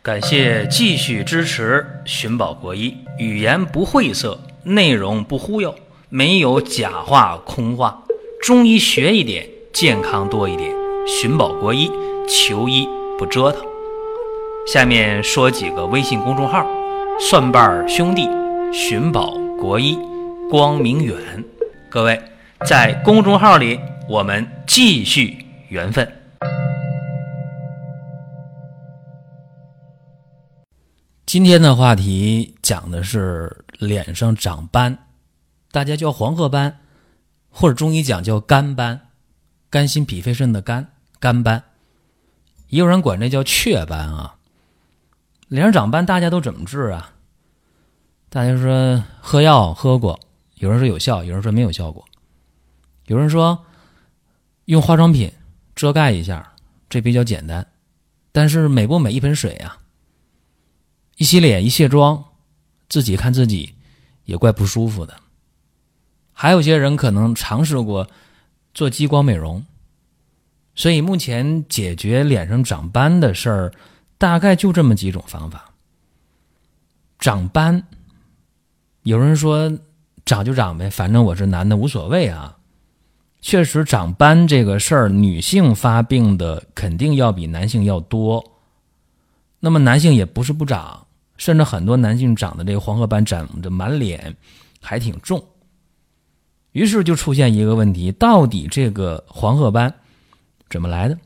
感谢继续支持寻宝国医，语言不晦涩，内容不忽悠，没有假话空话，中医学一点，健康多一点。寻宝国医，求医不折腾。下面说几个微信公众号：蒜瓣兄弟、寻宝国医、光明远。各位在公众号里，我们继续缘分。今天的话题讲的是脸上长斑，大家叫黄褐斑，或者中医讲叫肝斑，肝心脾肺肾的肝斑，也有人管这叫雀斑啊。脸上长斑大家都怎么治啊？大家说喝药喝过，有人说有效，有人说没有效果，有人说用化妆品遮盖一下，这比较简单，但是美不美一盆水啊？一洗脸一卸妆，自己看自己也怪不舒服的。还有些人可能尝试过做激光美容，所以目前解决脸上长斑的事儿大概就这么几种方法。长斑，有人说长就长呗，反正我是男的无所谓啊。确实长斑这个事儿，女性发病的肯定要比男性要多，那么男性也不是不长，甚至很多男性长的这个黄褐斑长着满脸还挺重。于是就出现一个问题，到底这个黄褐斑怎么来的？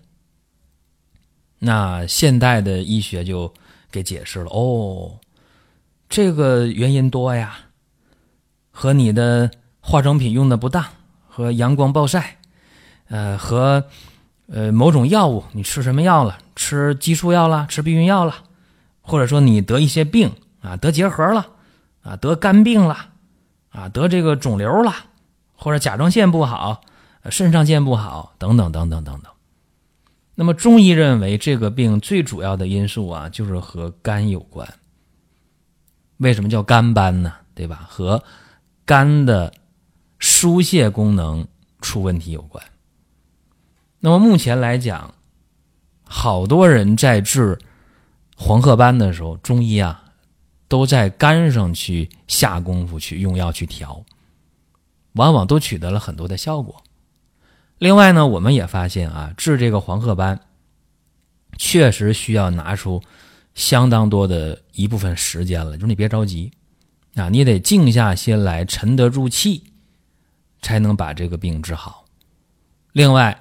那现代的医学就给解释了，这个原因多呀，和你的化妆品用的不当，和阳光暴晒，和某种药物，你吃什么药了，吃激素药了，吃避孕药了，或者说你得一些病啊，得结核了啊，得肝病了啊，得这个肿瘤了，或者甲状腺不好，肾上腺不好，等等等等等等。那么中医认为这个病最主要的因素啊，就是和肝有关。为什么叫肝斑呢？对吧？和肝的疏泄功能出问题有关。那么目前来讲，好多人在治黄褐斑的时候，中医啊都在肝上去下功夫，去用药去调，往往都取得了很多的效果。另外呢，我们也发现啊，治这个黄褐斑确实需要拿出相当多的一部分时间了，就是你别着急啊，你得静下心来，沉得住气，才能把这个病治好。另外，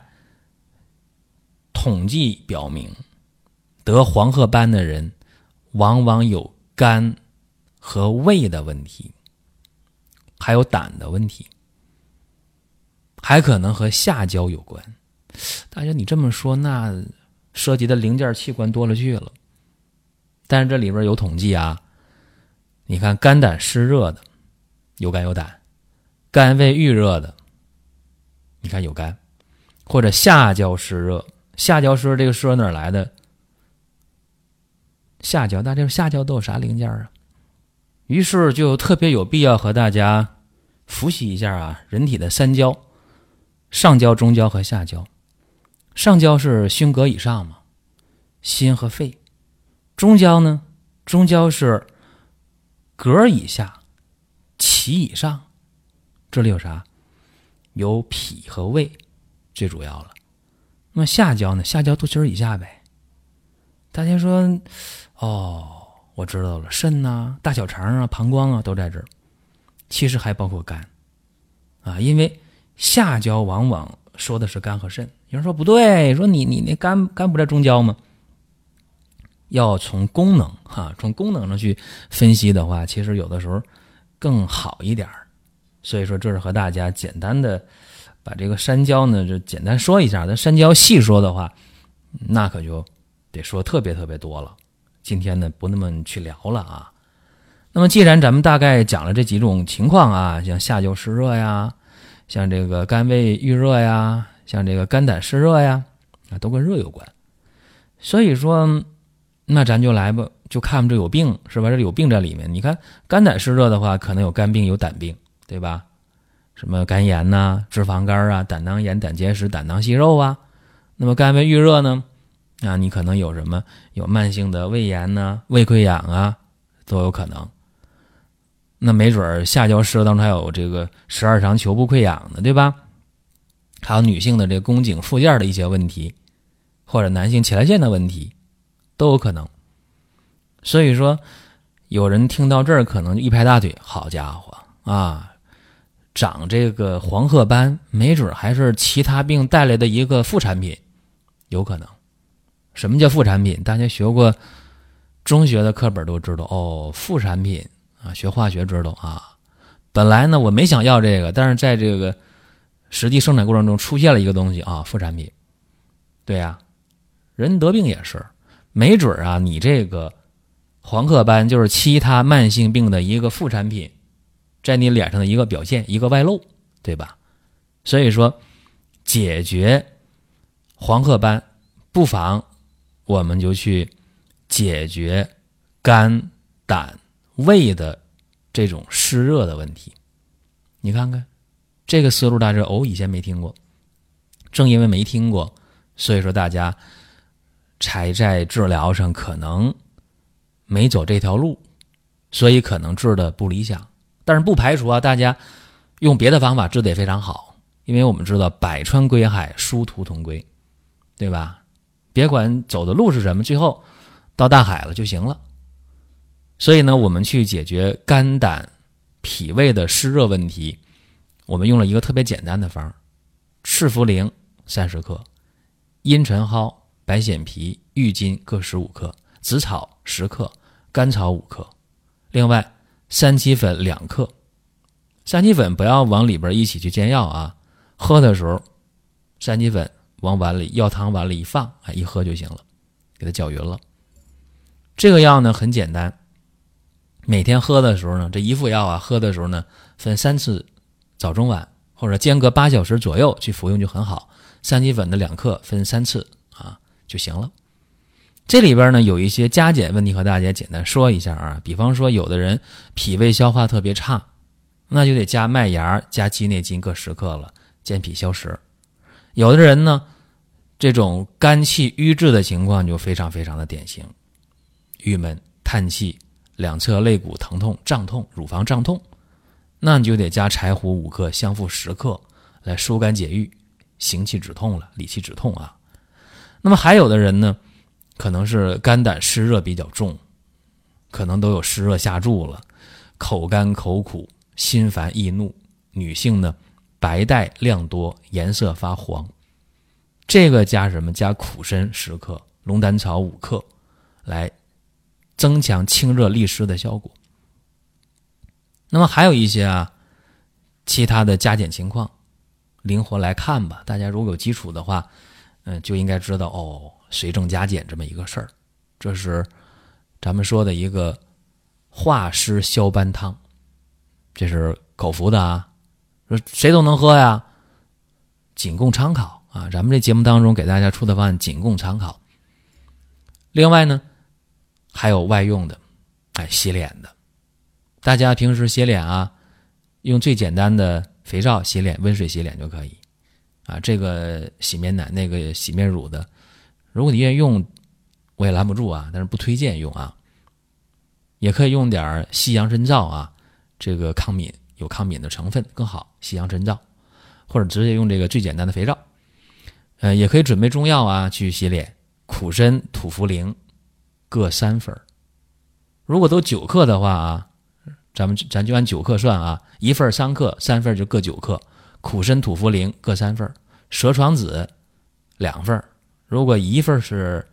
统计表明，得黄褐斑的人往往有肝和胃的问题，还有胆的问题，还可能和下焦有关。大家你这么说，那涉及的零件器官多了去了。但是这里边有统计啊，你看肝胆湿热的有肝有胆，肝胃郁热的你看有肝，或者下焦湿热。下焦湿热这个湿热哪儿来的？下焦，大家下焦都有啥零件啊？于是就特别有必要和大家复习一下啊，人体的三焦：上焦、中焦和下焦。上焦是胸膈以上嘛，心和肺。中焦呢？中焦是膈以下，脐以上。这里有啥？有脾和胃，最主要了。那么下焦呢？下焦肚脐以下呗。大家说，我知道了，肾啊、大小肠啊、膀胱啊都在这儿。其实还包括肝啊，因为下焦往往说的是肝和肾。有人说不对，说你那肝不在中焦吗？要从功能从功能上去分析的话，其实有的时候更好一点。所以说这是和大家简单的把这个三焦呢就简单说一下，但三焦细说的话，那可就得说特别特别多了。今天呢不那么去聊了啊。那么既然咱们大概讲了这几种情况啊，像下焦湿热呀，像这个肝胃郁热呀，像这个肝胆湿热呀，都跟热有关。所以说那咱就来吧，就看这有病是吧？这有病在里面。你看肝胆湿热的话，可能有肝病有胆病，对吧？什么肝炎呐、脂肪肝啊、胆囊炎、胆结石、胆囊息肉啊。那么肝胃郁热呢， 啊，你可能有什么有慢性的胃炎呢、胃溃疡啊，都有可能。那没准下焦湿热当中还有这个十二肠球部溃疡的，对吧？还有女性的这个宫颈附件的一些问题，或者男性前列腺的问题，都有可能。所以说有人听到这儿可能一拍大腿，好家伙啊，长这个黄褐斑没准还是其他病带来的一个副产品，有可能。什么叫副产品？大家学过中学的课本都知道哦，副产品啊，学化学知道啊。本来呢我没想要这个，但是在这个实际生产过程中出现了一个东西啊，副产品。对呀，人得病也是，没准啊你这个黄褐斑就是其他慢性病的一个副产品，在你脸上的一个表现，一个外露，对吧？所以说解决黄褐斑，不妨我们就去解决肝、胆、胃的这种湿热的问题。你看看这个思路，大家以前没听过，正因为没听过，所以说大家才在治疗上可能没走这条路，所以可能治的不理想。但是不排除啊，大家用别的方法治的也非常好，因为我们知道百川归海，殊途同归，对吧？别管走的路是什么，最后到大海了就行了。所以呢，我们去解决肝胆脾胃的湿热问题，我们用了一个特别简单的方，赤茯苓30克，茵陈蒿、白藓皮、郁金各15克，紫草10克，甘草5克，另外三七粉2克。三七粉不要往里边一起去煎药啊，喝的时候三七粉往碗里药汤碗里一放，一喝就行了，给它搅匀了。这个药呢很简单，每天喝的时候呢，这一副药啊，喝的时候呢分3次，早中晚，或者间隔8小时左右去服用就很好。三七粉的2克分3次啊就行了。这里边呢有一些加减问题和大家简单说一下啊，比方说有的人脾胃消化特别差，那就得加麦芽加鸡内金各10克了，健脾消食。有的人呢这种肝气郁滞的情况就非常非常的典型，郁闷、叹气、两侧肋骨疼痛、胀痛、乳房胀痛，那你就得加柴胡5克、香附10克来疏肝解郁、行气止痛了，理气止痛啊。那么还有的人呢可能是肝胆湿热比较重，可能都有湿热下注了，口干口苦、心烦易怒，女性呢白带量多，颜色发黄。这个加什么？加苦参10克、龙胆草5克，来增强清热利湿的效果。那么还有一些其他的加减情况，灵活来看吧。大家如果有基础的话，就应该知道随症加减这么一个事儿。这是咱们说的一个化湿消斑汤，这是口服的啊，说谁都能喝呀，仅供参考啊。咱们这节目当中给大家出的方案仅供参考。另外呢还有外用的，洗脸的。大家平时洗脸用最简单的肥皂洗脸，温水洗脸就可以这个洗面奶那个洗面乳的，如果你愿意用我也拦不住但是不推荐用也可以用点西洋参皂这个抗敏，有抗敏的成分更好，西洋参皂，或者直接用这个最简单的肥皂。也可以准备中药去洗脸，苦参、土茯苓各3份。如果都9克的话咱就按9克算1份3克，3份就各9克，苦参、土茯苓各3份，蛇床子2份，如果1份是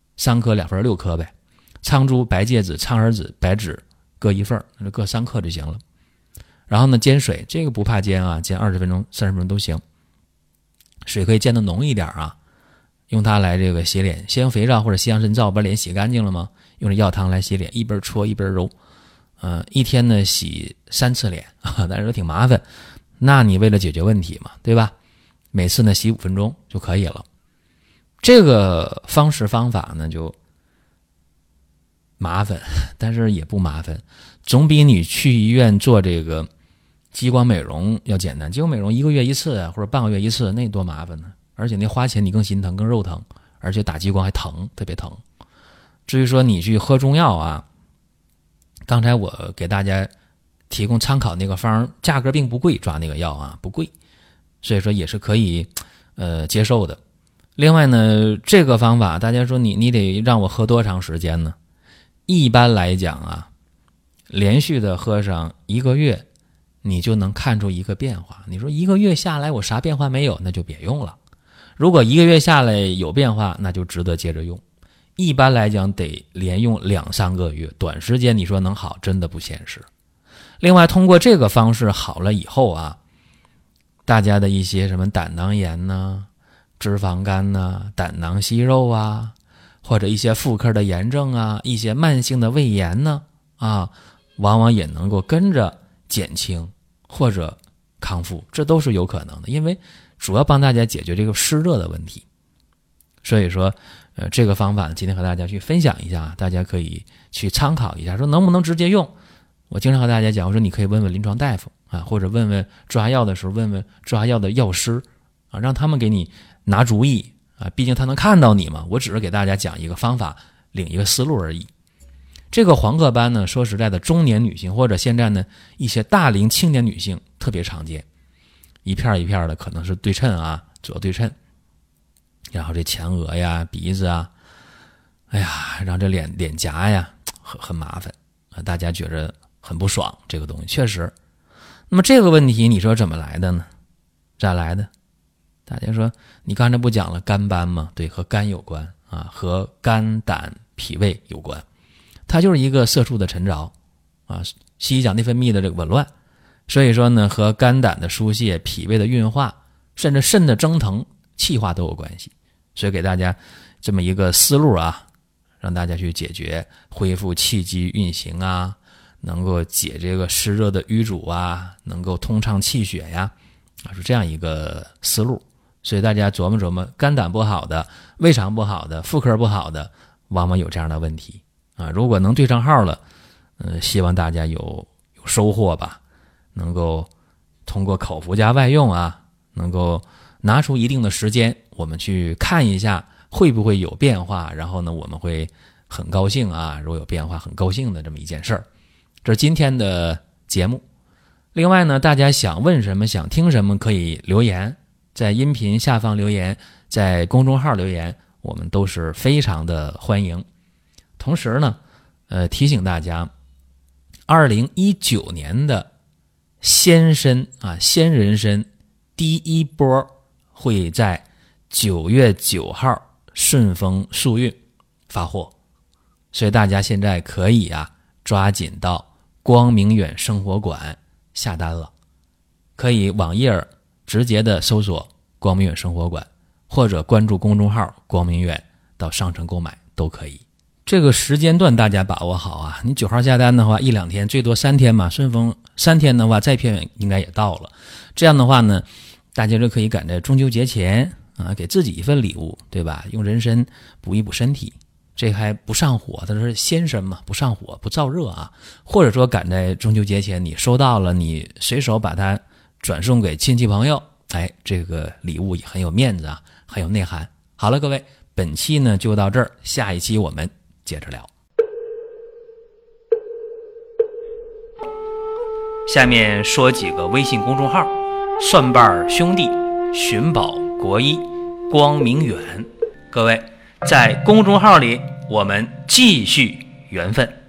3克，2份6克呗。苍珠、白芥子、苍耳子、白芷各1份，那就各3克就行了。然后呢煎水，这个不怕煎煎20分钟30分钟都行，水可以煎得浓一点用它来这个洗脸，先用肥皂或者西洋参皂把脸洗干净了吗？用这药汤来洗脸，一边搓一边揉。一天呢洗3次脸但是都挺麻烦，那你为了解决问题嘛，对吧？每次呢洗5分钟就可以了。这个方式方法呢就麻烦，但是也不麻烦，总比你去医院做这个激光美容要简单。激光美容1个月1次或者半个月1次，那多麻烦呢，而且那花钱你更心疼更肉疼， 而且打激光还疼，特别疼。至于说你去喝中药啊，刚才我给大家提供参考那个方，价格并不贵，抓那个药啊不贵，所以说也是可以接受的。另外呢，这个方法大家说你得让我喝多长时间呢？一般来讲啊，连续的喝上1个月，你就能看出一个变化。你说1个月下来我啥变化没有，那就别用了。如果1个月下来有变化，那就值得接着用。一般来讲得连用2-3个月，短时间你说能好真的不现实。另外通过这个方式好了以后啊，大家的一些什么胆囊炎呐、脂肪肝呐、胆囊息肉啊，或者一些妇科的炎症啊，一些慢性的胃炎呢往往也能够跟着减轻或者康复，这都是有可能的，因为主要帮大家解决这个湿热的问题。所以说这个方法今天和大家去分享一下，大家可以去参考一下，说能不能直接用。我经常和大家讲，我说你可以问问临床大夫或者问问抓药的时候问问抓药的药师让他们给你拿主意毕竟他能看到你嘛，我只是给大家讲一个方法，领一个思路而已。这个黄褐斑呢，说实在的，中年女性或者现在呢一些大龄青年女性特别常见，一片一片的，可能是对称左对称，然后这前额呀、鼻子让这脸颊呀很麻烦大家觉着很不爽，这个东西确实。那么这个问题你说怎么来的呢？咋来的？大家说你刚才不讲了肝斑吗？对，和肝有关和肝胆脾胃有关，它就是一个色素的沉着西医讲内分泌的这个紊乱，所以说呢和肝胆的疏泄、脾胃的运化，甚至肾的蒸腾、气化都有关系。所以给大家这么一个思路让大家去解决，恢复气机运行能够解这个湿热的瘀阻能够通畅气血呀是这样一个思路。所以大家琢磨琢磨，肝胆不好的、胃肠不好的、妇科不好的，往往有这样的问题如果能对上号了希望大家有收获吧，能够通过口服加外用能够拿出一定的时间，我们去看一下会不会有变化，然后呢我们会很高兴如果有变化很高兴的这么一件事儿。这是今天的节目。另外呢，大家想问什么想听什么可以留言，在音频下方留言，在公众号留言，我们都是非常的欢迎。同时呢提醒大家2019年的鲜参鲜人参第一波会在9月9号顺丰速运发货，所以大家现在可以抓紧到光明远生活馆下单了，可以网页直接的搜索光明远生活馆，或者关注公众号光明远到商城购买都可以。这个时间段大家把握好你9号下单的话1-2天，最多3天嘛，顺丰3天的话再偏远应该也到了。这样的话呢，大家就可以赶在中秋节前给自己一份礼物，对吧？用人参补一补身体，这还不上火，它是鲜参嘛，不上火不燥热或者说赶在中秋节前你收到了，你随手把它转送给亲戚朋友，这个礼物也很有面子很有内涵。好了各位，本期呢就到这儿，下一期我们接着聊。下面说几个微信公众号：蒜瓣兄弟、寻宝国医、光明远。各位在公众号里我们继续缘分。